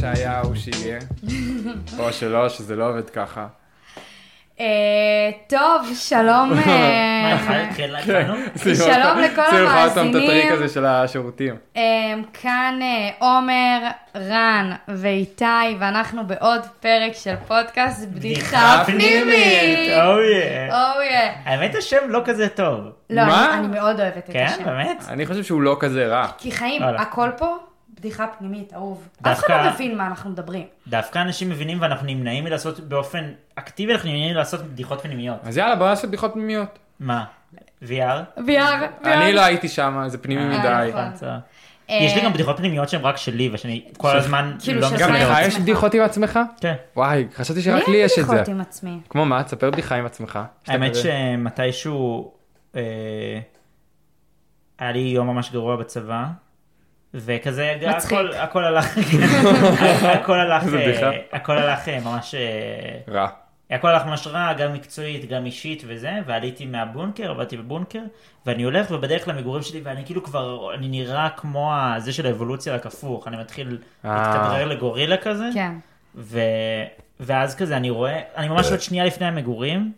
היה הוא שיהיה. או שלא, שזה לא עובד ככה. טוב, שלום. שלום לכל המאזינים. את הטריק הזה של השירותים. כאן עומר, רן ואיתי, ואנחנו בעוד פרק של פודקאסט בדיחה פנימית. האמת השם לא כזה טוב. לא, אני מאוד אוהבת את השם. כן, באמת? אני חושב שהוא לא כזה רע. כי חיים, הכל פה בדיחה פנימית, אהוב. אף אחד לא מבין מה אנחנו מדברים. דווקא אנשים מבינים ואנחנו נמנעים מלעשות באופן אקטיבי, אנחנו נמנעים לעשות בדיחות פנימיות. אז יאללה, בוא נעשה בדיחות פנימיות. מה? VR? אני לא הייתי שם, זה פנימי מדי. יש לי גם בדיחות פנימיות שהן רק שלי, ושאני כל הזמן לא גם לך יש בדיחות עם עצמך? כן. וואי, חשבתי שרק לי יש את זה. לי בדיחות עם עצמי. כמו מה? תספר בדיחה עם עצמך. האמת שמתישהו היה לי יום ממש גרוע בצבא, וכזה הכל הלך ממש רע. הכל הלך ממש רע, גם מקצועית, גם אישית וזה, ועליתי מהבונקר, עבדתי בבונקר, ואני הולך ובדרך למגורים שלי, ואני כאילו כבר, אני נראה כמו זה של האבולוציה רק הפוך, אני מתחיל להתכדרר לגורילה כזה, כן. ואז כזה אני רואה, אני ממש עוד שנייה לפני המגורים,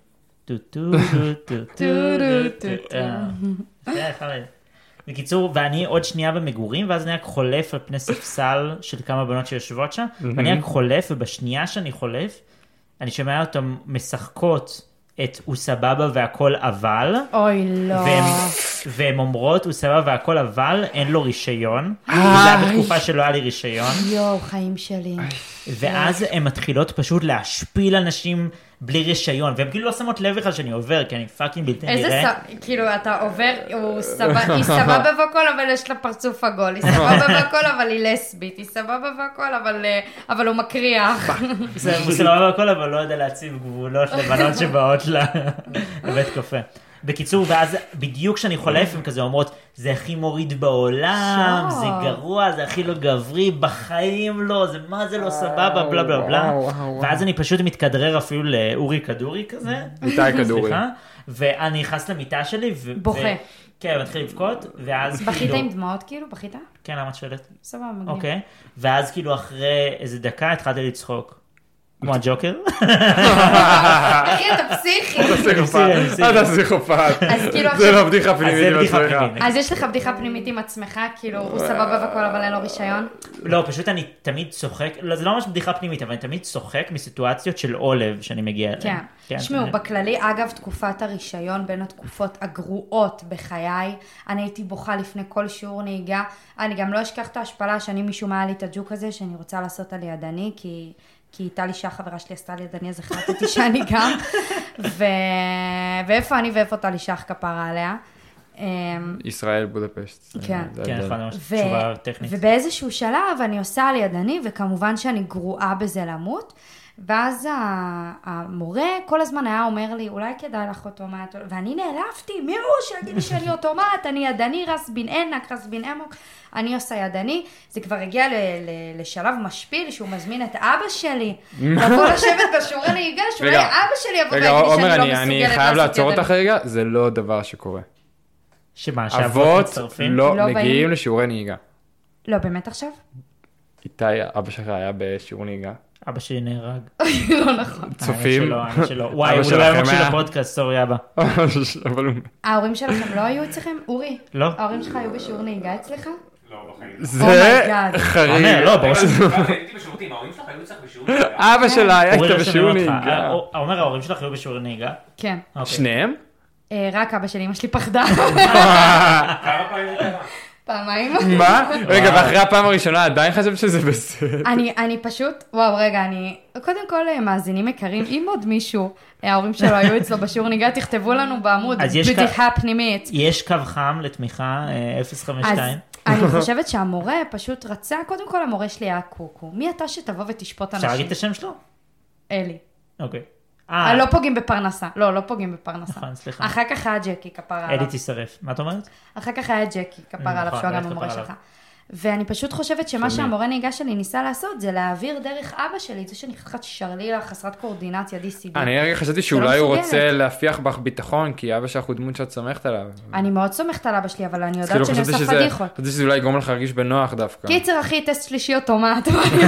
בקיצור, ואני עוד שנייה במגורים, ואז אני רק חולף על פני ספסל של כמה בנות שיושבות שם, ואני רק חולף, ובשנייה שאני חולף, אני שומע אותם משחקות את הוא סבבה והכל אבל. אוי לא. והן אומרות הוא סבבה והכל אבל, אין לו רישיון. זה היה בתקופה שלא היה לי רישיון. יואו, חיים שלי. ואז הן מתחילות פשוט להשפיל אנשים בלי רישיון, והן כאילו לא שמות לב בכלל שאני עובר, כי אני פאקינג בלתי נראה. כאילו אתה עובר, היא סבבה והכל, אבל יש לה פרצוף עגול, היא סבבה והכל, אבל היא לסבית, היא סבבה והכל, אבל הוא מקריח. הוא סבבה והכל, אבל לא יודע להציב גבולות לבנות שבאות לבית קפה. בקיצור, ואז בדיוק כשאני חולף, הם כזה אומרות, זה הכי מוריד בעולם, זה גרוע, זה הכי לא גברי, בחיים לא, זה מה זה לא סבבה, בלה בלה בלה. ואז אני פשוט מתכדרר אפילו לאורי כדורי כזה. איתי כדורי. ואני נכנס למיטה שלי. בוכה. כן, מתחיל לבכות, ואז בכית עם דמעות כאילו? בכית? כן, למה את שואלת? סבבה, מגניב. אוקיי, ואז כאילו אחרי איזה דקה התחלתי לצחוק. כמו הג'וקר. אחי, אתה פסיכי. אתה פסיכופת. זה לא בדיחה פנימית עם עצמך. אז יש לך בדיחה פנימית עם עצמך, כאילו הוא סבבה וכל אבל אין לו רישיון? לא, פשוט אני תמיד צוחק, זה לא ממש בדיחה פנימית, אבל אני תמיד צוחק מסיטואציות של עולב שאני מגיע אליהן. כן. תשמעו, בכללי, אגב, תקופת הרישיון בין התקופות הגרועות בחיי, אני הייתי בוכה לפני כל שיעור נהיגה, אני גם לא אשכח את ההשפלה שאני מישהו מעל לי את הג'וק הזה, שאני רוצה לעשות על ידני, כי איתה לי שהחברה שלי עשתה לי ידני, אז החלטתי שאני גם. ואיפה אני ואיפה אותה לי שח כפרה עליה. ישראל, בודפשט. כן. כן, תשובה טכנית. ובאיזשהו שלב אני עושה על ידני, וכמובן שאני גרועה בזה למות. ואז המורה כל הזמן היה אומר לי, אולי כדאי לך אוטומט, ואני נעלבתי, מי הוא שיגיד לי שאני אוטומט, אני ידני רס בין ענק, רס בין עמוק, אני עושה ידני, זה כבר הגיע לשלב משפיל, שהוא מזמין את אבא שלי, לבוא לשבת בשיעורי נהיגה, שאולי אבא שלי יבוא ויגיד לי שאני לא מסוגלת לעשות ידני. אני חייב לעצור אותך רגע, זה לא דבר שקורה. שמה, אבות לא מגיעים לשיעורי נהיגה. לא, באמת עכשיו? איתי, אבא שלך היה בשיעור נהיגה. אבא שלי נהרג. לא נכון. צופים. וואי, הוא לא היה מקשיב לפודקאסט, סורי אבא. ההורים שלכם לא היו אצלכם? אורי? לא. ההורים שלך היו בשיעור נהיגה אצלך? לא, בחיים. זה חריג. לא, ברור. הייתי בשירותים, ההורים שלך היו צריך בשיעור נהיגה. אבא שלה היה איתה בשיעור נהיגה. אומר, ההורים שלך היו בשיעור נהיגה? כן. שניהם? רק אבא שלי, אמא שלי פחדה. כמה פעמים זה קרה? פעמיים. מה? רגע, ואחרי הפעם הראשונה עדיין חשבת שזה בסדר. אני פשוט, וואו, רגע, קודם כל מאזינים יקרים, אם עוד מישהו, ההורים שלו היו אצלו בשיעור נהיגה, תכתבו לנו בעמוד, בדיחה פנימית. יש קו חם לתמיכה 052. אני חושבת שהמורה פשוט רצה, קודם כל המורה שלי היה קוקו. מי אתה שתבוא ותשפוט אנשים? אפשר להגיד את השם שלו? אלי. אוקיי. לא פוגעים בפרנסה. לא פוגעים בפרנסה. נכון, סליחה. אחר כך היה ג'קי כפרה עליו. אלי תשרף. מה את אומרת? אחר כך היה ג'קי כפרה עליו, שהוא גם המורה שלך. ואני פשוט חושבת שמה שהמורה נהיגה שלי ניסה לעשות, זה להעביר דרך אבא שלי, זה שאני חתיכת שרלילה, חסרת קורדינציה, DCD. אני רגע חשבתי שאולי הוא רוצה להפיח בך ביטחון, כי אבא שלך הוא דמות שאת סומכת עליו. אני מאוד סומכת על אבא שלי, אבל אני יודעת שאני עושה פדיחות. חשבתי שזה אולי יגרום לך להרגיש בנוח דווקא. קיצר, אחי, טסט שלישי אוטומט.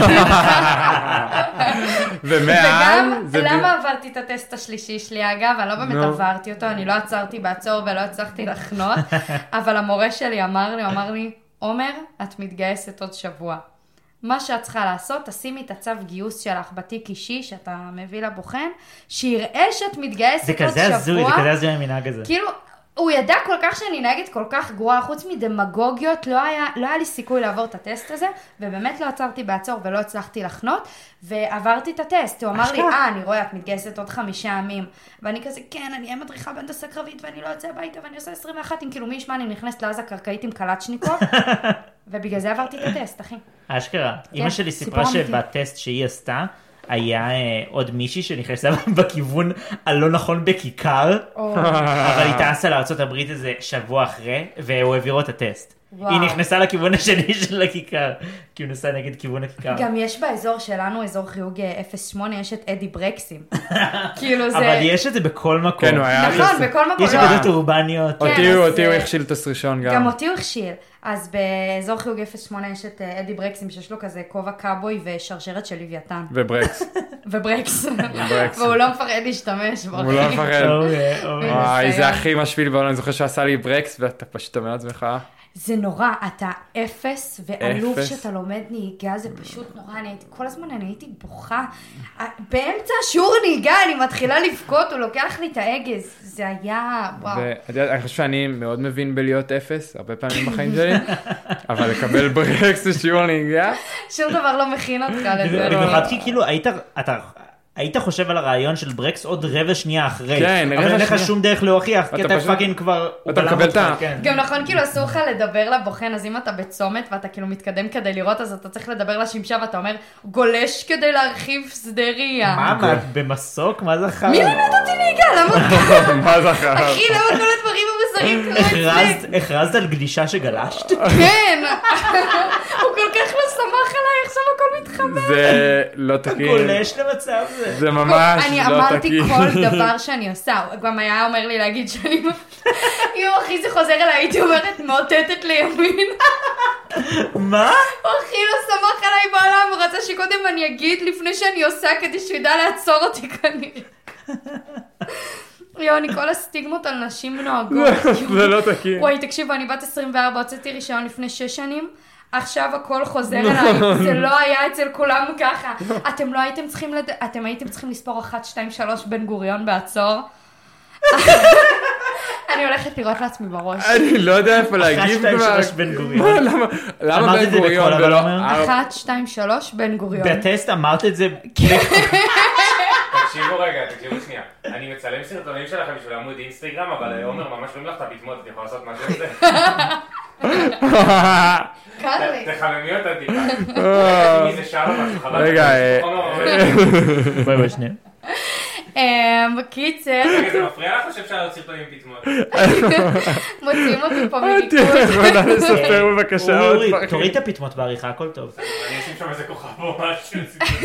וגם, למה עברתי את הטסט השלישי שלי? אגב, אני לא באמת עברתי אותו, אני לא עצרתי בעצור ולא הצלחתי לחנות, אבל המורה שלי אמר לי, עומר, את מתגייסת עוד שבוע. מה שאת צריכה לעשות, תשימי את הצו גיוס שלך בתיק אישי שאתה מביא לבוחן, שיראה שאת מתגייסת עוד שבוע. זה כזה הזוי המנהג הזה. כאילו, הוא ידע כל כך שאני נהגת כל כך גרועה, חוץ מדמגוגיות, לא היה לי סיכוי לעבור את הטסט הזה, ובאמת לא עצרתי בעצור ולא הצלחתי לחנות, ועברתי את הטסט. הוא אמר לי, אני רואה, את מתגייסת עוד 5 ימים. ואני כזה, כן, אני אהיה מדריכה בהנדסה קרבית, ואני לא יוצא הביתה, ואני עושה 21, כאילו מי ישמע, אני נכנסת לעזה קרקעית עם קלצ'ניקוב, ובגלל זה עברתי את הטסט, אחי. אשכרה. אמא שלי סיפרה שבטסט שהיא עשתה, היה עוד מישהי שנכנסה בכיוון הלא נכון בכיכר, אבל היא טסה לארצות הברית איזה שבוע אחרי, והוא העביר את הטסט. היא נכנסה לכיוון השני של הכיכר, כי הוא נסע נגד כיוון הכיכר. גם יש באזור שלנו, אזור חיוג 08, יש את אדי ברקסים. כאילו זה... אבל יש את זה בכל מקום. כן, הוא היה... נכון, בכל מקום. יש עבודות אורבניות. אותי הוא הכשיל את הסרישון גם. גם אותי הוא הכשיל. אז באזור חיוג 08 יש את אדי ברקסים, שיש לו כזה כובע קאבוי ושרשרת של לוויתן. וברקס. והוא לא מפחד להשתמש בו. הוא לא מפחד. וואי, זה הכי משפיל בעולם, אני זוכר שעשה לי ברקס, ואתה פשוט אומר לעצמך. זה נורא, אתה אפס ועלוב שאתה לומד נהיגה, זה פשוט נורא, כל הזמן אני הייתי בוכה, באמצע שיעור נהיגה אני מתחילה לבכות, הוא לוקח לי את האגז, זה היה, וואו. אני חושב שאני מאוד מבין בלהיות אפס, הרבה פעמים בחיים שלי, אבל לקבל ברקס לשיעור נהיגה. שום דבר לא מכין אותך לזה. במיוחד כי כאילו היית חושב על הרעיון של ברקס עוד רבע שנייה אחרי, כן, אבל אין לך שום דרך להוכיח, כי אתה פאקינג כבר... אתה מקבל את ה... גם נכון, כאילו אסור לך לדבר לבוחן, אז אם אתה בצומת ואתה כאילו מתקדם כדי לראות, אז אתה צריך לדבר לשמשה ואתה אומר, גולש כדי להרחיב שדה ראייה. מה, במסוק? מה זה חרב? מי לימד אותי נהיגה? למה? מה זה חרב? אחי, למה כל הדברים המוזרים קרו אצלי? הכרזת על גלישה שגלשת? כן. הוא כל כך לא שמח עליי, עכשיו הכל מתחבר. זה לא תקין. גולש למצב זה. זה ממש לא תקין. אני אמרתי כל דבר שאני עושה, הוא גם היה אומר לי להגיד שאני... אם אחי זה חוזר אליי, הייתי אומרת מאותתת לימין. מה? הוא הכי לא שמח עליי בעולם, הוא רצה שקודם אני אגיד לפני שאני עושה, כדי שהוא ידע לעצור אותי כנראה. יוני, כל הסטיגמות על נשים נוהגות. זה לא תקין. וואי, תקשיבו, אני בת 24, הוצאתי רישיון לפני 6 שנים, עכשיו הכל חוזר אליי, זה לא היה אצל כולם ככה. אתם הייתם צריכים לספור 1, 2, 3 בן גוריון בעצור. אני הולכת לראות לעצמי בראש. אני לא יודע איפה להגיב 1, 2, 3 בן גוריון. למה בן גוריון ולא... 1, 2, 3 בן גוריון. בטסט אמרת את זה... תקשיבו רגע, תקשיבו שנייה. אני מצלם סרטונים שלכם בשביל עמוד אינסטגרם, אבל עומר ממש רואים לך את הפתמות, את יכולה לעשות משהו בזה? תחממי אותה טיפה. מי זה שר משהו חבל? רגע, ביי ביי שנייה. בקיצר... רגע, זה מפריע לך או שאפשר להיות סרטונים פתמות? מוצאים אותי פה את מביקור. יכולה לספר בבקשה עוד דברים. תוריד את הפתמות בעריכה, הכל טוב. אני אשים שם איזה כוכב או משהו.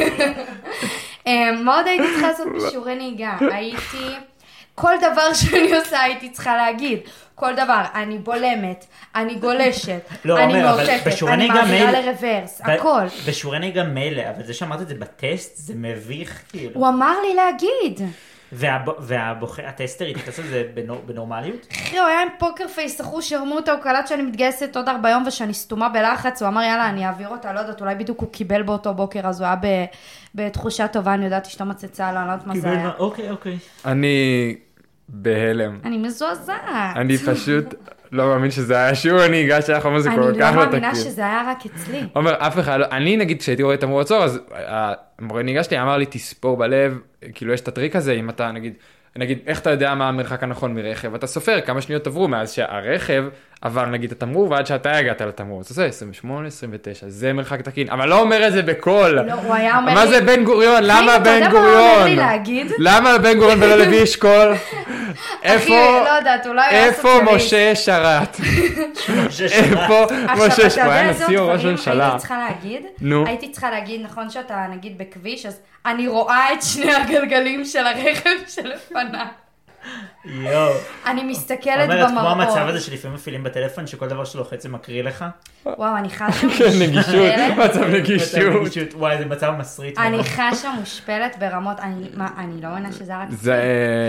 מה עוד הייתי צריכה לעשות בשיעורי נהיגה? כל דבר שאני עושה הייתי צריכה להגיד. כל דבר, אני בולמת, אני גולשת, אני מאותתת, אני מעבירה לרוורס, הכל. בשיעורי נהיגה מילא, אבל זה שאמרת את זה בטסט, זה מביך כאילו. הוא אמר לי להגיד. והטסטר התייחס לזה בנורמליות? אחי, הוא היה עם פוקר פייס, אחו שרמו אותה, הוא קלט שאני מתגייסת עוד 4 יום ושאני סתומה בלחץ, הוא אמר יאללה אני אעביר אותה, לא יודעת, אולי בדיוק הוא קיבל באותו בוקר, אז הוא היה בתחושה טובה, אני יודעת אשתו מצצה, לא יודעת מה זה היה. אוקיי. אני בהלם. אני מזועזעת. אני פשוט לא מאמין שזה היה שיעור הנהיגה שלך, אומר זה כל כך לא תקין. אני לא מאמינה שזה היה רק אצלי. אומר, אף אחד, אני נגיד כשהייתי רואה את המורה עצור, אז המורה נהיגה שלי אמר לי תספור בלב, כאילו יש את הטריק הזה, אם אתה נגיד, איך אתה יודע מה המרחק הנכון מרכב, אתה סופר כמה שניות עברו מאז שהרכב עבר נגיד את התמרור, ועד שאתה הגעת לתמרור, אז זה 28, 29, זה מרחק תקין, אבל לא אומר את זה בקול. לא, הוא היה אומר לי... מה זה בן גוריון? למה בן גוריון? אתה יודע מה הוא אומר לי להגיד? למה בן גוריון ולא לוי אשכול? אחי, לא יודעת, אולי הוא איפה סוציאליסט. משה שרת? איפה משה שרת? הוא היה נשיא או ראש ממשלה? הייתי צריכה להגיד, נו. הייתי צריכה להגיד, נכון שאתה נגיד בכביש, אז אני רואה את שני הגלגלים של הרכב שלפניי. יואו. אני מסתכלת אומרת, כמו במראות. המצב הזה שלפעמים מפעילים בטלפון, שכל דבר שלוחץ זה מקריא לך. וואו, אני חשה כן, נגישות, מושפלת. מצב נגישות. וואי, זה מצב מסריט. אני מאוד. חשה מושפלת ברמות, אני לא מבינה שזה רק... זה,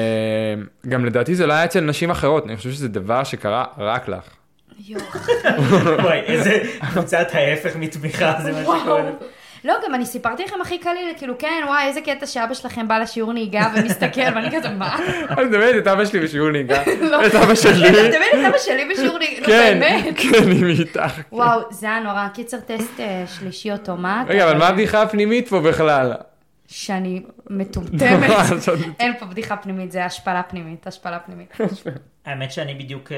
גם לדעתי זה לא היה אצל נשים אחרות, אני חושב שזה דבר שקרה רק לך. יואו. וואי, איזה קבוצת ההפך מתמיכה, זה מה שקורה. לא, גם אני סיפרתי לכם הכי קליל, כאילו, כן, וואי, איזה קטע שאבא שלכם בא לשיעור נהיגה ומסתכל, ואני כזה, מה? אני מדברת את אבא שלי בשיעור נהיגה, לא. את אבא שלי. אתה מדברת את אבא שלי בשיעור נהיגה, נו, כן, באמת. כן, היא איתך. וואו, זה היה נורא. קיצר טסט שלישי אוטומט. רגע, אבל מה הבדיחה הפנימית פה בכלל? שאני מטומטמת. אין פה בדיחה פנימית, זה השפלה פנימית, השפלה פנימית. האמת שאני בדיוק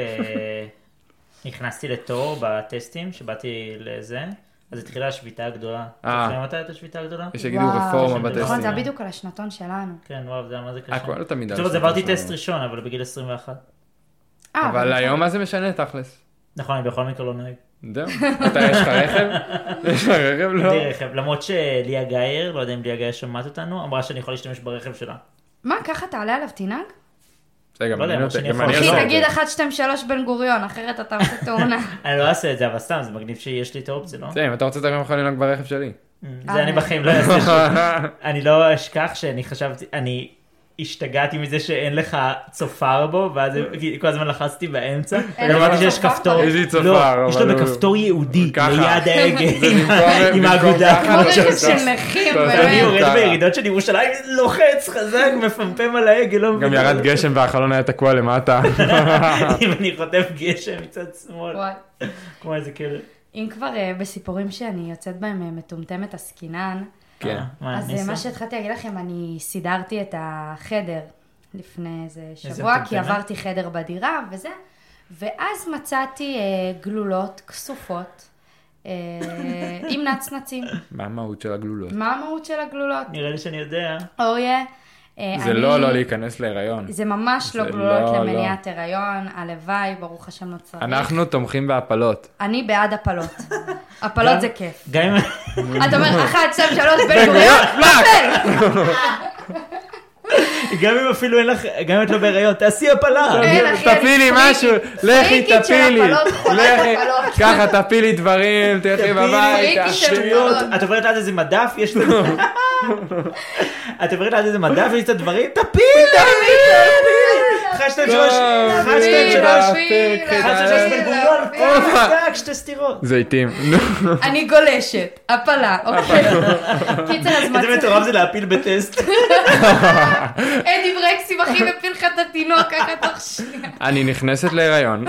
נכנסתי לתור בטסטים, שבאתי לזה, אז התחילה השביתה הגדולה. זוכרים מתי את השביתה הגדולה? יש שיגידו וואו, רפורמה נכון, זה בטסטים. היה בדיוק על השנתון שלנו. כן, וואו, זה היה מה זה קשה. הכל תמיד. טוב, אז עברתי טסט ראשון, אבל בגיל 21. אבל היום מה זה משנה תכלס? נכון, אני בכל מקרה לא נוהג. זהו. אתה יש לך רכב? יש לך רכב? לא. בלי רכב, למרות שליה גייר, לא יודע אם ליה גייר שמעת אותנו, אמרה שאני יכול להשתמש ברכב שלה. מה, ככה תעלה עליו תנהג? זה גם לא יודע, אני מה שאני גם יכול. אני אחי, עושה את תגיד זה. 1, 2, 3 בן גוריון, אחרת אתה עושה תאונה. אני לא אעשה את זה, אבל סתם, זה מגניב שיש לי את האופציה, לא? זה, אם אתה רוצה אתה גם יכול לנהוג ברכב שלי. זה אני בחיים לא אעשה. אני לא אשכח שאני חשבתי, אני השתגעתי מזה שאין לך צופר בו, ואז כל הזמן לחצתי באמצע, אין לך ואמרתי שיש צופר כפתור, ברכב? יש לי צופר, לא, יש לו אבל הוא- בכפתור ייעודי, ככה. ליד ההגה, עם במקום האגודה. ככה, כמו לא רכב שלך. של נכים, אתה עושה אני באמת. יורד ככה. בירידות של ירושלים, לוחץ חזק, מפמפם על ההגה, לא גם מבין. ירד גשם והחלון היה תקוע למטה. אם אני חוטף גשם מצד שמאל, וואי. כמו איזה כלב. אם כבר בסיפורים שאני יוצאת בהם מטומטמת עסקינן, כן. מה, אז אני אעשה? מה שהתחלתי להגיד לכם, אני סידרתי את החדר לפני איזה איזה שבוע, כי מטומטמת. עברתי חדר בדירה וזה, ואז מצאתי גלולות כסופות עם נצנצים. מה המהות של הגלולות? מה המהות של הגלולות? נראה לי שאני יודע. אויה. זה לא להיכנס להיריון. זה ממש לא זה גלולות לא, למניעת הריון, הלוואי, ברוך השם לא צריך. אנחנו תומכים בהפלות. אני בעד הפלות. הפלות זה כיף. גם אם... אתה אומר, 1, 2, 3, בן גוריון, אפל! גם אם אפילו אין לך, גם אם את לא בהיריון, תעשי הפלה. אין, אחי, אני תפילי פריק- משהו, לכי פריקית של תפילי. הפלות, חולת לכי, הפלות. ככה תפילי דברים, תלכי בבית. פריקי של שטויות. הפלות. את עוברת ליד איזה מדף, יש את את עוברת ליד איזה מדף, יש את הדברים, תפילי! 1, 2, 3, 1, 2, 3, 1, 2, 3, בן גוריון, פאק, שתי סתירות. זיתים. אני גולשת, הפלה, אוקיי. קיצר, אז איזה מטורף זה להפיל בטסט. אדי ברקסים אחי מפיל לך את התינוק ככה תוך שנייה. אני נכנסת להיריון.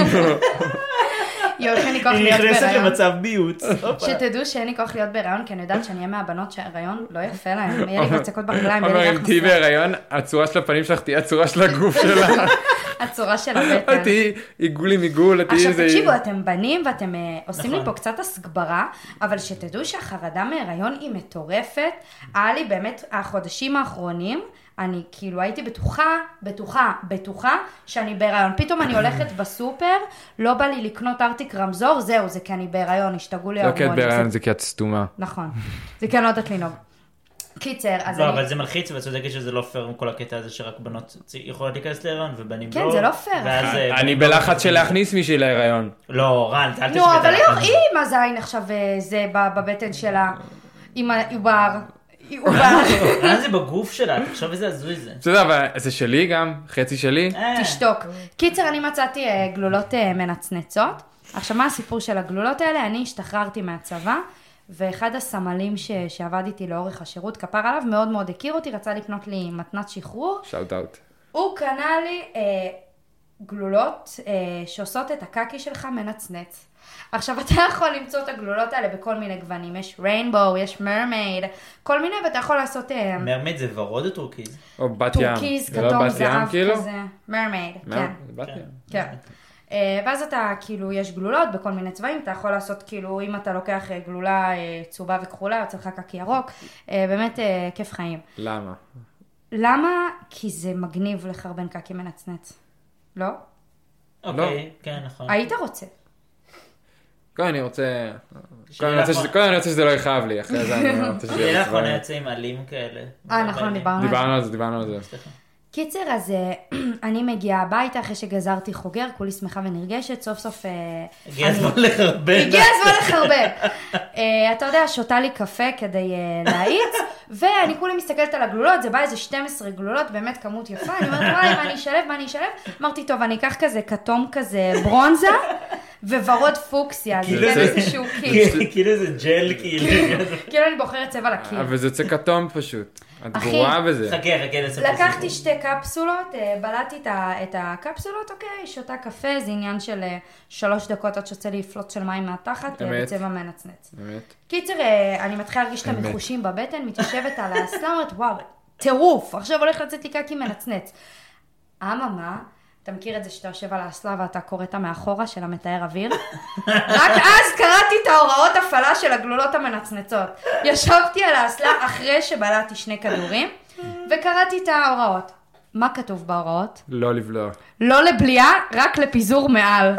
יואו, איך אין לי כוח היא להיות נכנסת בהיריון. למצב ביוץ. שתדעו שאין לי כוח להיות בהיריון, כי אני יודעת שאני אהיה מהבנות שההיריון לא יפה להם. יהיה לי בצקות ברגליים, יהיה אומר, לי אם ריח תהיי מסריח. בהיריון, הצורה של הפנים שלך תהיה הצורה של הגוף שלך. הצורה של הבטן. תהיי עיגול עם עיגול, תהיי עכשיו איזה... תקשיבו, אתם בנים ואתם עושים לי נכון. פה קצת הסגברה, אבל שתדעו שהחרדה מהיריון היא מטורפת. היה לי באמת החודשים האחרונים, אני כאילו הייתי בטוחה שאני בהיריון. פתאום אני הולכת בסופר, לא בא לי לקנות ארטיק רמזור, זהו, זה כי אני בהיריון, השתגעו לי לא כי את ההורמונים. בהיריון, זה- זה כי את סתומה. נכון, זה כי אני לא יודעת לנהוג. קיצר, אז לא, אני... אבל זה מלחיץ, ואת צודקת שזה לא פייר עם כל הקטע הזה שרק בנות יכולות להיכנס להיריון ובנים לא. כן, זה לא פייר. ואז, אני בלחץ של להכניס מישהי להיריון. לא, רן, אל תשווה נו, את אבל הלחץ. היא עם הזין עכשיו זה בבטן שלה, עם העובר. רן זה בגוף שלה, תחשוב איזה הזוי זה. בסדר, אבל זה שלי גם, חצי שלי. תשתוק. קיצר, אני מצאתי גלולות מנצנצות. עכשיו, מה הסיפור של הגלולות האלה? אני השתחררתי מהצבא, ואחד הסמלים שעבד איתי לאורך השירות, כפר עליו, מאוד מאוד הכיר אותי, רצה לקנות לי מתנת שחרור. שאוט אאוט. הוא קנה לי גלולות שעושות את הקקי שלך מנצנץ. עכשיו, אתה יכול למצוא את הגלולות האלה בכל מיני גוונים. יש ריינבו, יש מרמייד, כל מיני, ואתה יכול לעשות מרמד זה ורוד או טורקיז? או בת ים. טורקיז, זה לא כתום, בת ים, זהב כאילו? כזה. מרמייד, מה? כן. זה בת ים. כן. ואז אתה, כאילו, יש גלולות בכל מיני צבעים, אתה יכול לעשות, כאילו, אם אתה לוקח גלולה צהובה וכחולה, יוצא לך קקי ירוק, באמת כיף חיים. למה? למה? כי זה מגניב לחרבן קקי מנצנץ. לא? אוקיי, כן, נכון. היית רוצה. קודם אני רוצה שזה לא יכאב לי, אחרי זה אני רוצה שזה יהיה יהיה לאחרונה צבעים. יוצא עם עלים כאלה. נכון, דיברנו על זה. דיברנו על זה. קיצר, אז אני מגיעה הביתה אחרי שגזרתי חוגר, כולי שמחה ונרגשת, סוף סוף... הגיע הזמן לחרבן. הגיע הזמן לחרבן. אתה יודע, שותה לי קפה כדי להאיץ, ואני כולי מסתכלת על הגלולות, זה בא איזה 12 גלולות, באמת כמות יפה, אני אומרת, וואי, מה אני אשלב? אמרתי, טוב, אני אקח כזה כתום כזה ברונזה, וורוד פוקסיה, זה בין איזשהו קיט. כאילו זה ג'ל, כאילו אני בוחרת צבע לקיר. אבל זה יוצא כתום פשוט. את גרועה בזה. חכה, לספר. לקחתי 2 קפסולות, בלעתי את הקפסולות, אוקיי, שותה קפה, זה עניין של 3 דקות עד שיוצא לי לפלוט של מים מהתחת, בצבע מנצנץ. באמת. קיצר, אני מתחילה להרגיש את המחושים בבטן, מתיישבת על האסלה, אומרת, וואו, טירוף, עכשיו הולך לצאת לי קקי מנצנץ. אממה, אתה מכיר את זה שאתה יושב על האסלה ואתה קוראת מאחורה של המתאר אוויר? רק אז קראתי את ההוראות הפעלה של הגלולות המנצנצות. ישבתי על האסלה אחרי שבלעתי 2 כדורים, וקראתי את ההוראות. מה כתוב בהוראות? לא לבלוע. לא לבליעה, רק לפיזור מעל.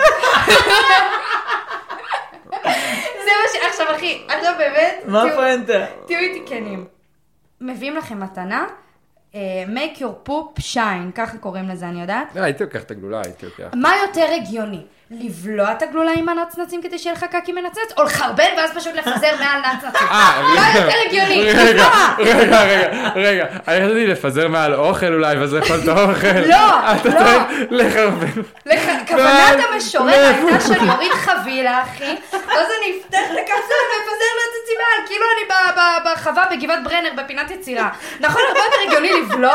זה מה עכשיו אחי, עכשיו באמת... מה הפואנטה? תהיו איתי כנים. מביאים לכם מתנה, make your poop shine, ככה קוראים לזה, אני יודעת. לא, הייתי לוקח את הגלולה, הייתי לוקח. מה יותר הגיוני? לבלוע את הגלולה עם הנצנצים כדי שיהיה לך קקי מנצנץ, או לחרבן ואז פשוט לפזר מעל נצנצים? מה יותר הגיוני? רגע, אני חשבתי לפזר מעל אוכל אולי, ואז לאכול את האוכל. לא. אתה צריך לחרבן. כוונת המשורר הייתה שאני אוריד חבילה, אחי, ואז אני אפתח את הקפסולה ואפזר נצנצים מעל, כאילו אני בחווה בגבעת ברנר בפינת יצירה. נכון, הרבה יותר הגיוני לבלוע?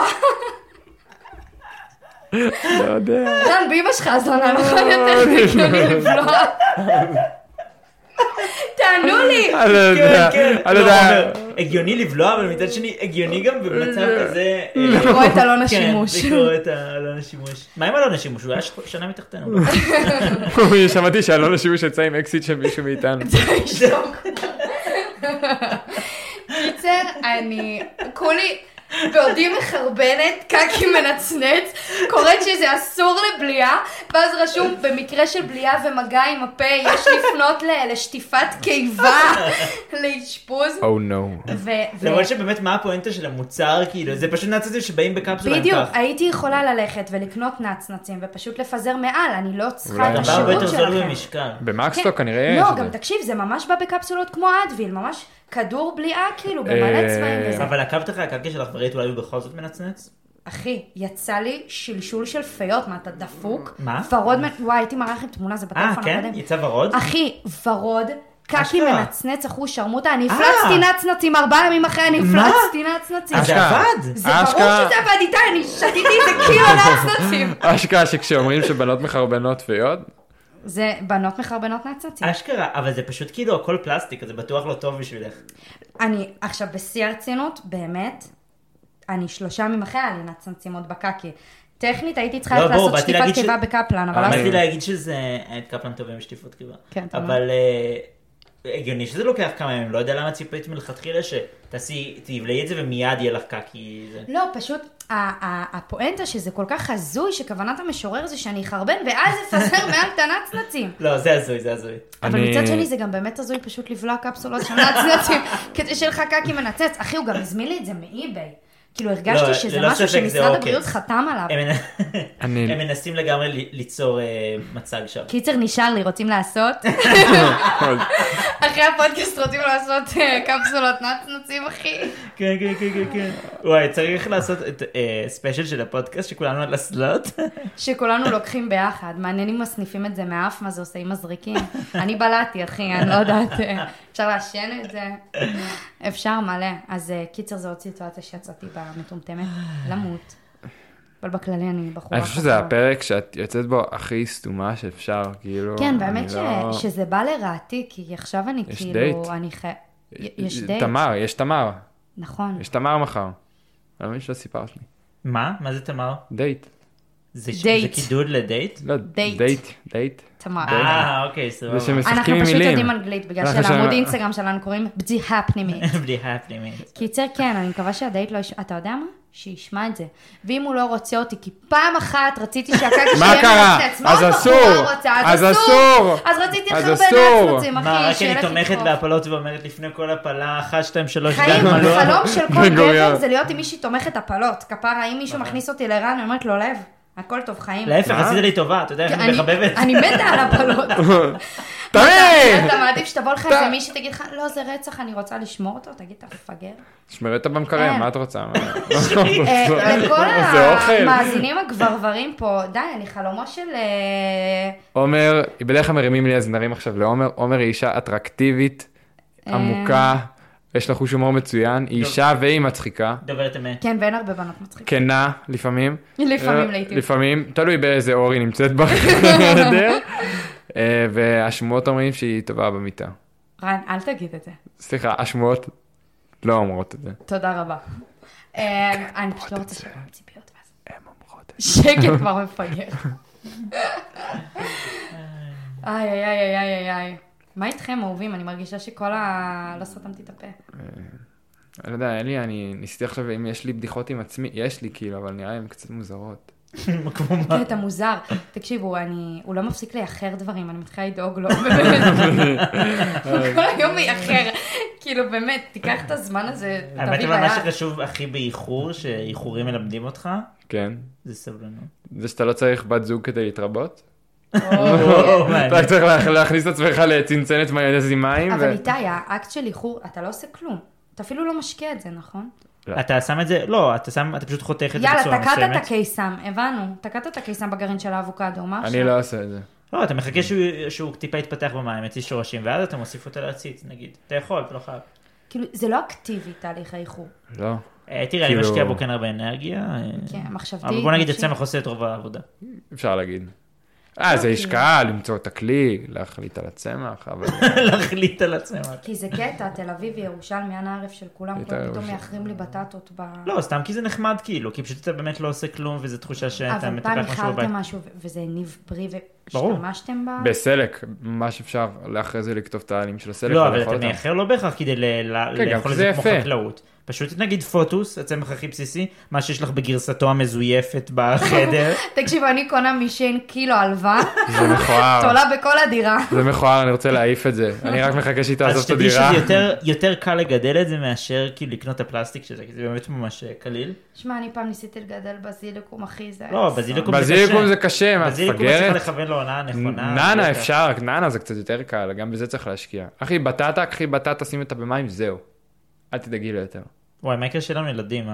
לא יודע. רן, באמא שלך הזונה, נכון יותר הגיוני לבלוע? תענו לי! אני יודע. הגיוני לבלוע, אבל מצד שני, הגיוני גם במצב כזה... לקרוא את אלון השימוש. כן, לקרוא את אלון השימוש. מה עם אלון השימוש? הוא היה שנה מתחתנו. שמעתי שאלון השימוש יצא עם אקסיט של מישהו מאיתנו. קיצר, אני כולי... בעודי מחרבנת, קקי מנצנץ, קוראת שזה אסור לבליעה, ואז רשום במקרה של בליעה ומגע עם הפה, יש לפנות לשטיפת קיבה, לאשפוז. Oh no. למרות שבאמת מה הפואנטה של המוצר, כאילו, זה פשוט נצנצים שבאים בקפסולה. בדיוק, הייתי יכולה ללכת ולקנות נצנצים ופשוט לפזר מעל, אני לא צריכה את השירות הרבה יותר זול שלכם. במשקל. במקסטוק כנראה יש לא, את זה. גם תקשיב, זה ממש בא בקפסולות כמו אדוויל, ממש כדור בליעה כאילו, במלא צבעים וזה. אבל עקבת לך הקקי שלך וראית אולי בכל זאת מנצנץ? אחי, יצא לי שלשול של פיות, מה אתה דפוק? מה? ורוד, וואי, הייתי מראה לכם תמונה, זה בטלפון כן? הקודם. יצא ורוד? אחי, ורוד, קקי אשכרה. מנצנץ, אחו שרמוטה, אני הפלצתי נצנצים, 4 ימים אחרי אני הפלצתי נצנצים. אז זה עבד? זה ברור שזה עבד איתי, אני שתיתי איזה קילו נצנצים. אשכרה שכשאומרים שבנות מחרבנות פיות, זה בנות מחרבנות נצנצים. אשכרה, אבל זה פשוט כאילו הכל פלסטיק, אז זה בטוח לא טוב בשבילך. אני, עכשיו, בשיא הרצינות, באמת, אני 3 ימים אחרי היה לי נצנצים עוד בקקי. טכנית הייתי צריכה לא, לעשות שטיפת קיבה בקפלן, אבל באתי להגיד שזה את קפלן טוב עם שטיפות קיבה. כן, טוב. אבל הגיוני שזה לוקח כמה ימים, לא יודע למה ציפית מלכתחילה שתבלעי את זה ומיד יהיה לך קקי. לא, פשוט הפואנטה שזה כל כך הזוי שכוונת המשורר זה שאני אחרבן ואז אפזר מעל את הנצנצים. לא, זה הזוי, זה הזוי. אבל מצד שני זה גם באמת הזוי פשוט לבלוע קפסולות של נצנצים כדי שיהיה לך קקי מנצץ. אחי, הוא גם הזמין לי את זה מאי-ביי. כאילו הרגשתי שזה משהו שמשרד הבריאות חתם עליו. הם מנסים לגמרי ליצור מצג שם. קיצר נשאר לי, רוצים לעשות? אחרי הפודקאסט רוצים לעשות קפסולות נצנצים, אחי. כן, כן, כן, כן. וואי, צריך לעשות את ספיישל של הפודקאסט שכולנו על הסלוט. שכולנו לוקחים ביחד. מעניין אם מסניפים את זה מאף, מה זה עושה עם מזריקים. אני בלעתי, אחי, אני לא יודעת. אפשר לעשן את זה. אפשר מלא. אז קיצר זו עוד סיטואציה שיצאתי במטומטמת. למות. אבל בכללי אני בחורה. אני חושב שזה הפרק שאת יוצאת בו הכי סתומה שאפשר, כאילו. כן, באמת שזה בא לרעתי, כי עכשיו אני כאילו, יש דייט. יש תמר. נכון. יש תמר מחר. אני לא מבין שלא סיפרת לי. מה? מה זה תמר? דייט. זה דייט. קידוד לדייט? לא, דייט. דייט. תמר. אוקיי, זה סבבה. שמשחקים אנחנו עם פשוט מילים. יודעים אנגלית, בגלל אנחנו שלעמוד שם- אינסטגרם שלנו קוראים בדיחה פנימית. בדיחה פנימית. קיצר, כן, אני מקווה שהדייט לא ישמע, אתה יודע מה? שישמע את זה. ואם הוא לא רוצה אותי, כי פעם אחת רציתי שהקקי מה שיהיה קרה? מנצנץ. מה אז עוד אסור. בחורה רוצה? אז אסור. אז רציתי אז לך הרבה אסור. נצנוצים, אחי. מה, רק אני שילך תומכת לדחוף. בהפלות ואומרת לפני כל הפלה, 1, 2, 3, חיים, גן מלון. החלום של כל בן גוריון. גבר זה להיות עם מישהי תומכת הפלות. כפרה, אם מישהו מכניס אותי לרן, אני אומרת לו, לב, הכל טוב, חיים. להפך, עשית לי טובה, אתה יודע איך אני מחבבת. אני מתה על הפלות. תמיד! אתה מעדיף שתבוא לך איזה מישהי תגיד לך, לא, זה רצח, אני רוצה לשמור אותו, תגיד, אתה מפגר. שמרי אותה במקרר, אין. מה את רוצה? לכל זה אוכל. המאזינים הגברברים פה, די, אני חלומו של... עומר, בדרך כלל מרימים לי אז נרים עכשיו לעומר, עומר היא אישה אטרקטיבית, עמוקה, יש לה חוש הומור מצוין, היא אישה והיא מצחיקה, דוברת אמת. כן, ואין הרבה בנות מצחיקות. כנה לפעמים, לפעמים לעתים. לפעמים, תלוי באיזה אור היא נמצאת בחדר, והשמועות אומרים שהיא טובה במיטה. רן, אל תגיד את זה. סליחה, השמועות לא אומרות את זה. תודה רבה. אני פשוט לא רוצה שיהיה להם ציפיות. הן אומרות את שקט כבר מפגר. איי, איי, איי, איי, איי, איי. מה איתכם, אהובים? אני מרגישה שכל לא סתמתי את הפה. אני לא יודע, אלי, אני ניסיתי עכשיו אם יש לי בדיחות עם עצמי, יש לי כאילו, אבל נראה לי הן קצת מוזרות. כמו מה? כן, אתה מוזר. תקשיבו, הוא לא מפסיק לייחר דברים, אני מתחילה לדאוג לו, באמת. כל היום מייחר. כאילו, באמת, תיקח את הזמן הזה, האמת תביא אבל מה ביד. שחשוב הכי באיחור, שאיחורים מלמדים אותך, כן. זה סבלנות. זה שאתה לא צריך בת זוג כדי להתרבות. או, אתה מעניין. רק צריך להכניס את עצמך לצנצנת מיונז עם מים. אבל איתי, האקט של איחור, אתה לא עושה כלום. אתה אפילו לא משקיע את זה, נכון? אתה שם את זה, לא, אתה פשוט חותך את זה יאללה, בצורה תקעת את מסוימת. הקיסם, הבנו. תקעת את הקיסם בגרעין של האבוקדו, מה אני לא עושה את זה. לא, אתה מחכה שהוא טיפה יתפתח במים, יציא שורשים, ואז אתה מוסיף אותו להציץ, נגיד. אתה יכול, אתה לא חייב. כאילו, זה לא אקטיבי, תהליך האיחור. לא. תראה, אני כאילו- משקיע בו כן הרבה אנרגיה. כן, מחשבתי. אבל בוא נגיד, נפשי. הצמח עושה את רוב העבודה. אפשר להגיד. זה השקעה, למצוא את הכלי, להחליט על הצמח, אבל... להחליט על הצמח. כי זה קטע, תל אביב, ירושלמי, הערב של כולם, יותר פתאום ירושלמי. מייחרים לי בטטות ב... לא, סתם כי זה נחמד כאילו, כי פשוט אתה באמת לא עושה כלום, וזו תחושה שאתה אבל פעם מטפח משהו בבית. איחרתם משהו, וזה הניב פרי, ברור. והשתמשתם בה? בסלק, ממש אפשר לאחרי זה לכתוב את העלים של הסלק. לא, אבל ולאכול אתה אותם. מייחר לא בהכרח כדי כן, לאכול את זה זה כמו יפה. חקלאות. פשוט נגיד פוטוס, הצמח הכי בסיסי, מה שיש לך בגרסתו המזויפת בחדר. תקשיבו, אני קונה משין קילו עלווה, זה מכוער. תולה בכל הדירה. זה מכוער, אני רוצה להעיף את זה. אני רק מחכה שהיא תעזוב אז את שתדעי הדירה. שזה יותר קל לגדל את זה מאשר כאילו לקנות את הפלסטיק של זה, כי זה באמת ממש קליל. שמע, אני פעם ניסיתי לגדל בזיליקום, אחי, זה... לא, אסון. בזיליקום זה קשה. בזיליקום זה קשה, מה, את בזיליקום צריך מפגרת? לכוון לעונה הנכונה. ננה בטח. אפשר, ננה זה קצת יותר קל, גם בזה צריך להשקיע. אחי, בטטה, קחי בטטה, שים אותה במים, זהו. אל תדאגי לו יותר. וואי, מה יקרה שלנו ילדים,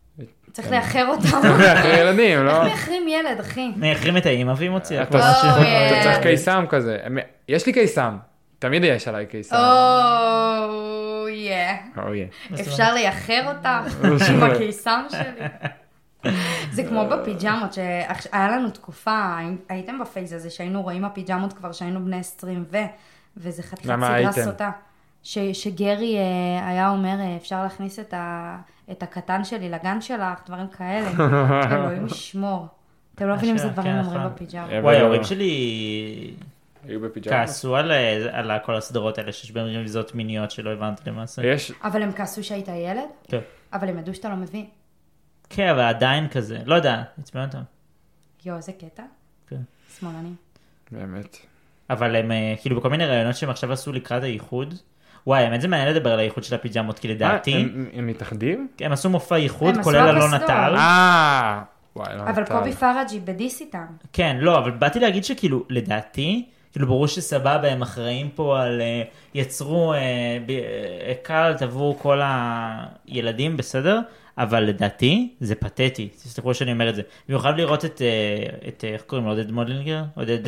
צריך לאחר אותם. אחרי ילדים, לא? איך מייחרים ילד, אחי? מייחרים את האמא והיא מוציאה. אתה אוי. צריך קיסם כזה. יש לי קיסם. תמיד יש עליי קיסם. יא. אוי. אפשר לייחר אותם עם הקיסם שלי. זה כמו בפיג'מות, שהיה לנו תקופה, הייתם בפייס הזה שהיינו רואים הפיג'מות כבר שהיינו בני 20 וזה חתיכת למה סדרה הייתם? סוטה. שגרי היה אומר, אפשר להכניס את הקטן שלי לגן שלך, דברים כאלה. אלוהים ישמור. אתם לא מבינים איזה דברים כן, אומרים נכון. בפיג'מות. וואי, ההורים שלי היו בפיג'מה. כעסו על כל הסדרות האלה שיש בהם רמיזות מיניות שלא הבנתי למעשה. יש, אבל הם כעסו שהיית ילד? כן. אבל הם ידעו שאתה לא מבין. כן, אבל עדיין כזה, לא יודע, עצבן אותם. יו, איזה קטע. כן. שמאלנים. באמת. אבל הם כאילו בכל מיני רעיונות שהם עכשיו עשו לקראת הייחוד. וואי, האמת זה מעניין לדבר על הייחוד של הפיג'מות, כי לדעתי, הם מתאחדים? הם עשו מופע ייחוד, הם כולל עשו אלון הקסדות. נטל. וואי, לא אבל נטל. קובי פרג'י בדיס איתם. כן, לא, אבל באתי להגיד שכאילו, לדעתי, כאילו ברור שסבבה, הם אחראים פה על, יצרו קלט עבור כל הילדים, בסדר? אבל לדעתי, זה פתטי, תסתכלו שאני אומר את זה. במיוחד לראות את איך קוראים לו, עודד מודלינגר? עודד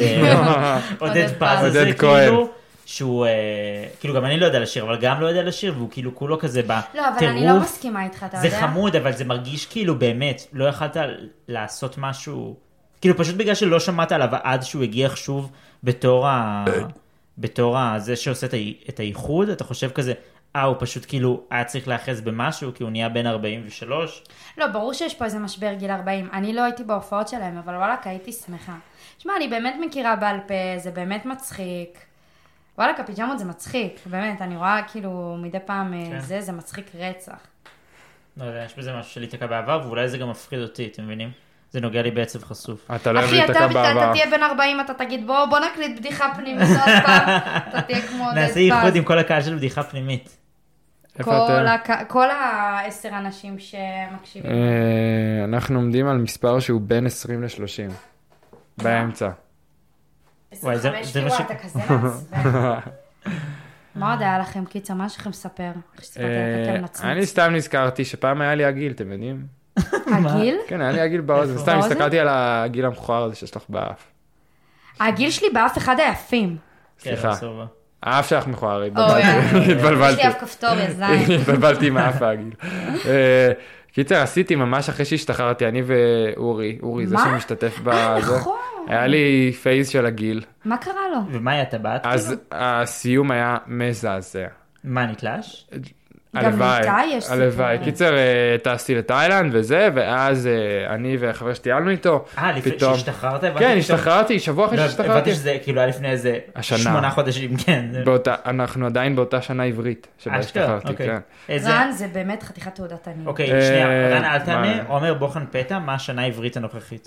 פז הזה, עודד כהן. כאילו, שהוא, כאילו גם אני לא יודע לשיר, אבל גם לא יודע לשיר, והוא כאילו כולו כזה בטירוף. לא, אבל אני לא מסכימה איתך, אתה זה יודע? חמוד, אבל זה מרגיש כאילו באמת, לא יכלת לעשות משהו, כאילו פשוט בגלל שלא שמעת עליו עד שהוא הגיע שוב בתור זה שעושה את הייחוד, אתה חושב כזה, הוא פשוט כאילו היה צריך להאחז במשהו, כי הוא נהיה בן 43. לא, ברור שיש פה איזה משבר גיל 40. אני לא הייתי בהופעות שלהם, אבל וואלק, הייתי שמחה. שמע, אני באמת מכירה בעל פה, זה באמת מצחיק. וואלק, הפיג'מות זה מצחיק, באמת, אני רואה כאילו מדי פעם זה מצחיק רצח. לא יודע, יש בזה משהו שלי בעבר, ואולי זה גם מפחיד אותי, אתם מבינים? זה נוגע לי בעצב חשוף. אתה לא אחי, אתה תהיה בן 40, אתה תגיד בוא נקליט בדיחה פנימית, עוד פעם, אתה תהיה כמו דספז. נעשה ייחוד עם כל הקהל של בדיחה פנימית. כל 10 אנשים שמקשיבים. אנחנו עומדים על מספר שהוא בין 20 ל-30. באמצע. 25 כאילו, אתה כזה מעצבן. מה עוד היה לכם, קיצה? מה יש לכם לספר? אני סתם נזכרתי שפעם היה לי הגיל, אתם יודעים? הגיל? כן, היה לי הגיל באוזן. סתם הסתכלתי על הגיל המכוער הזה שיש לך באף. הגיל שלי באף אחד היפים. סליחה. האף שלך מכוער, התבלבלתי. יש לי אף כפתור, יזיים. התבלבלתי עם האף הגיל. קיצר, עשיתי ממש אחרי שהשתחררתי, אני ואורי, זה שמשתתף בזה. היה לי פייס של הגיל. מה קרה לו? ומה היה טבעת? אז הסיום היה מזעזע. מה, נתלש? הלוואי. קיצר, טסתי לתאילנד וזה, ואז אני וחבר שטיילנו איתו. לפני שהשתחררת? כן, השתחררתי, שבוע אחרי שהשתחררתי. הבנתי שזה כאילו היה לפני איזה 8 חודשים, כן. אנחנו עדיין באותה שנה עברית, שבה השתחררתי, כן. רן, זה באמת חתיכת תעודת עניות. אוקיי, שנייה, רן, אל תענה, עומר בוחן פתע, מה השנה העברית הנוכחית?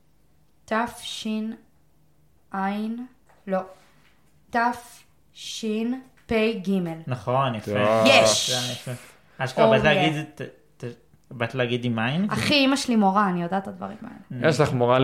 תשפ"ג. נכון, יפה. יש! אשכרה, באת להגיד עם עין? אחי, אמא שלי מורה, אני יודעת את הדברים האלה. יש לך מורה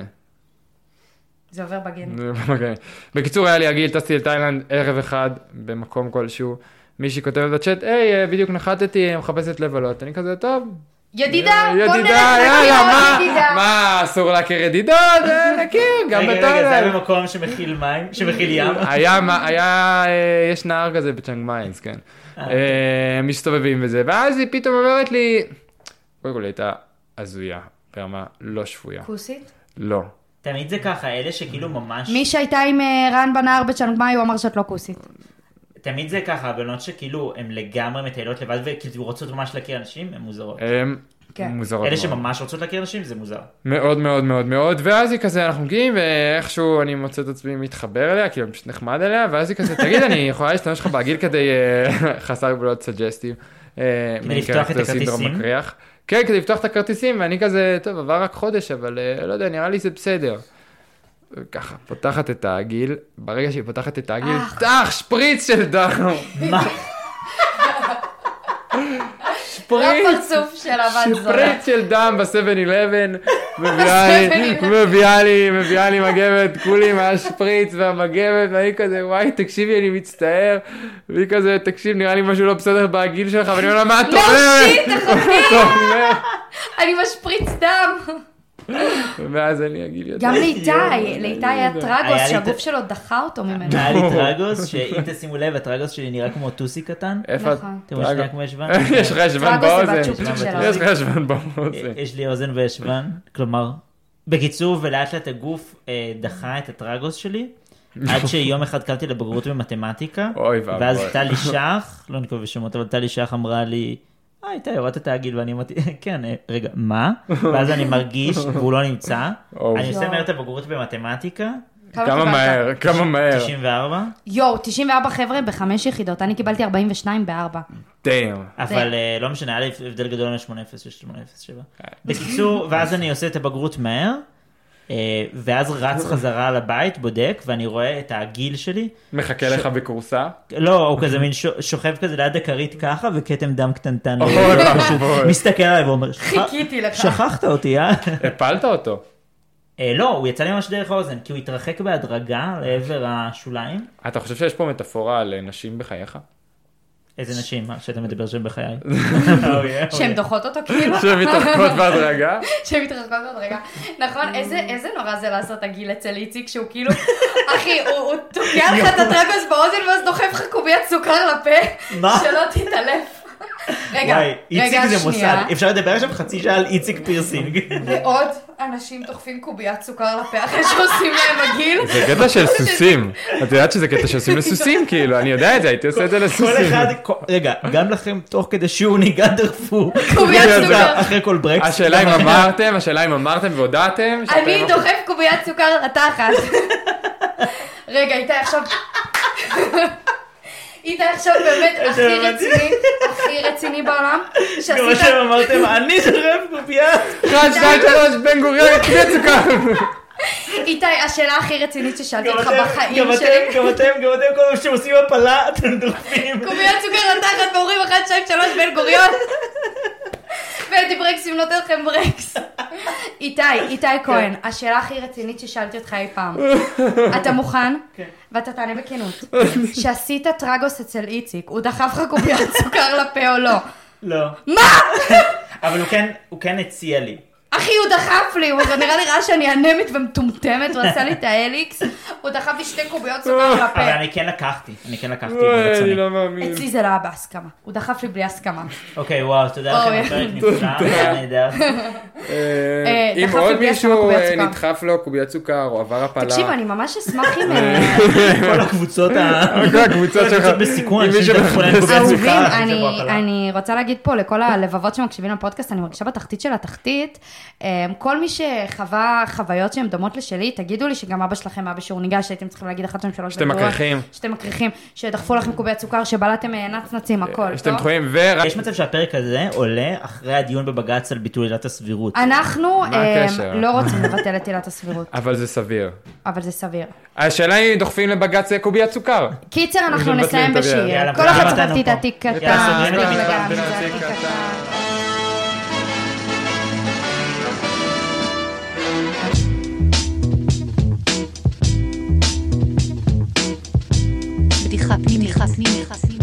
זה עובר בגנים. בקיצור, היה לי הגיל, טסתי לתאילנד ערב אחד, במקום כלשהו, מישהי כותבת בצ'אט, היי, בדיוק נחתתי, מחפשת לבלות, אני כזה, טוב. ידידה, יאללה, מה, אסור להכיר ידידות, נכיר, גם בתאילנד. רגע, זה היה במקום שמכיל מים, שמכיל ים. יש נהר כזה בצ'אנג מיינס, כן. מסתובבים וזה, ואז היא פתאום אומרת לי, קודם כל הייתה הזויה, ברמה לא שפויה. כוסית? לא. תמיד זה ככה, אלה שכאילו ממש... מי שהייתה עם רן בנהר בצ'אנג מיינס, הוא אמר שאת לא כוסית. תמיד זה ככה, הבנות שכאילו הן לגמרי מטיילות לבד וכאילו רוצות ממש להכיר אנשים, הן מוזרות. מוזרות. אלה שממש רוצות להכיר אנשים, זה מוזר. מאוד מאוד מאוד מאוד, ואז היא כזה, אנחנו מגיעים, ואיכשהו אני מוצא את עצמי מתחבר אליה, כאילו אני פשוט נחמד אליה, ואז היא כזה, תגיד, אני יכולה להשתמש לך בעגיל כדי חסר גבולות סג'סטיב. כדי לפתוח את הכרטיסים? כן, כדי לפתוח את הכרטיסים, ואני כזה, טוב, עבר רק חודש, אבל לא יודע, נראה לי זה בסדר. ככה, פותחת את העגיל, ברגע שהיא פותחת את העגיל, שפריץ של דם. מה? שפריץ של דם ב7-11, מביאה לי מגבת, כולי מהשפריץ והמגבת, ואני כזה, וואי, תקשיבי, אני מצטער, והיא כזה, תקשיב, נראה לי משהו לא בסדר בעגיל שלך, ואני אומר לה, מה את אומרת? לא, שיט, תחכי, אני משפריץ דם. ואז אני אגיד יותר. גם לאיתי היה טרגוס שהגוף שלו דחה אותו ממנו. היה לי טרגוס, שאם תשימו לב, הטרגוס שלי נראה כמו טוסי קטן. איפה? אתם רואים שנראה כמו ישבן? יש לך ישבן באוזן. יש לך ישבן באוזן. יש לי אוזן וישבן, כלומר, בקיצור, ולאט לאט הגוף דחה את הטרגוס שלי, עד שיום אחד קלתי לבגרות במתמטיקה, ואז טלי שח, לא נקרא בשמות, אבל טלי שח אמרה לי, איתי, הורדת את העגיל, ואני אמרתי, כן, רגע, מה? ואז אני מרגיש, והוא לא נמצא. אני עושה מהר את הבגרות במתמטיקה. כמה מהר? 94. יואו, 94 חבר'ה ב5 יחידות, אני קיבלתי 42 ב4. דיים. אבל לא משנה, היה לי הבדל גדול בין 8.0 ו-8.07. בקיצור, ואז אני עושה את הבגרות מהר, ואז רץ חזרה לבית, בודק, ואני רואה את העגיל שלי. מחכה לך בקורסה? לא, הוא כזה מין שוכב כזה ליד הכרית ככה, וכתם דם קטנטן. מסתכל עליי ואומר, חיכיתי לך. שכחת אותי, הפלת אותו? לא, הוא יצא לי ממש דרך האוזן, כי הוא התרחק בהדרגה לעבר השוליים. אתה חושב שיש פה מטאפורה על נשים בחייך? איזה נשים? שאתה מדבר שהם בחיי? שהן דוחות אותו כאילו? שהן מתרחקות בהדרגה? שהן מתרחקות בהדרגה. נכון, איזה נורא זה לעשות הגיל אצל איציק, שהוא כאילו, אחי, הוא תוקע לך את הטרגוס באוזן, ואז דוחף לך קוביית סוכר לפה, שלא תתעלף. רגע, וואי, איציק זה מוסד. שנייה. אפשר לדבר עכשיו חצי שעה על איציק פירסינג. ועוד אנשים דוחפים קוביית סוכר לפה אחרי שעושים להם מגעיל. זה קטע של סוסים. את יודעת שזה קטע שעושים לסוסים, כאילו, אני יודע את זה, הייתי עושה את זה כל לסוסים. אחד, רגע, גם לכם תוך כדי שיעור נהיגה דרפו. קוביית סוכר. אחרי כל ברקס. השאלה אם אמרתם והודעתם. אני דוחף קוביית סוכר לתחת. רגע, איתי עכשיו באמת הכי רציני בעולם. כמו שהם אמרתם, אני דוחף קובייה. 1, 2, 3, בן גוריון, קוביית סוכר. איתי, השאלה הכי רצינית ששאלתי אותך גם בחיים אתם, שלי. גם אתם, כל מה שאתם עושים הפלה, אתם דוחפים. קוביית סוכר לתחת ואומרים 1, 2, 3 בן גוריון. ואדי ברקסים נותן לכם ברקס. איתי כהן, השאלה הכי רצינית ששאלתי אותך אי פעם. אתה מוכן? כן. ואתה תענה בכנות. שעשית טרגוס אצל איציק, הוא דחף לך קוביית סוכר לפה או לא? לא. מה? אבל הוא כן הציע לי. אחי, הוא דחף לי, הוא נראה לי ראה שאני אנמית ומטומטמת, הוא עשה לי את האליקס, הוא דחף לי 2 קוביות סוכר אבל לפה. אני כן לקחתי אני ברצוני. לא מאמין. אצלי זה לא היה בהסכמה, הוא דחף לי בלי הסכמה. אוקיי, וואו, תודה לכם, הפרק נפלא, היה נהדר. אם דחף לי עוד בלי הסכמה מישהו קוביית סוכר. נדחף לו קוביית סוכר או עבר הפלה. תקשיב, אני ממש אשמח אם... כל הקבוצות הקבוצות שלך. בסיכון, אם מישהו שדחפו להם קוביית אהובים, סוכר. אני רוצה להגיד פה לכל הלבבות שמקשיבים לפודקאסט, אני מרגישה בתחתית של התחתית, כל מי שחווה חוויות שהן דומות לשלי, תגידו לי שגם אבא שלכם היה בשיעור ניגש, שהייתם צריכים להגיד 1, 2, 3. שאתם מקריחים. שאתם מקריחים, שדחפו לכם קוביית סוכר, שבלעתם נצנצים, הכל, שאתם טוב? יכולים יש מצב שהפרק הזה עולה אחרי הדיון בבג"ץ על ביטול עילת הסבירות. אנחנו הקשר? לא רוצים לבטל את עילת הסבירות, אבל זה סביר. אבל זה סביר. השאלה היא דוחפים לבג"ץ קוביית סוכר. קיצר, אנחנו מבטלים נסיים את הביאה. בשיר. יאללה, כל אחד תודה צריך רבה, לתת עתיק קטן, יאללה, עתיק סוגרים נגן, את זה העתיק עתיק קטן. קטן. בדיחה פנימית.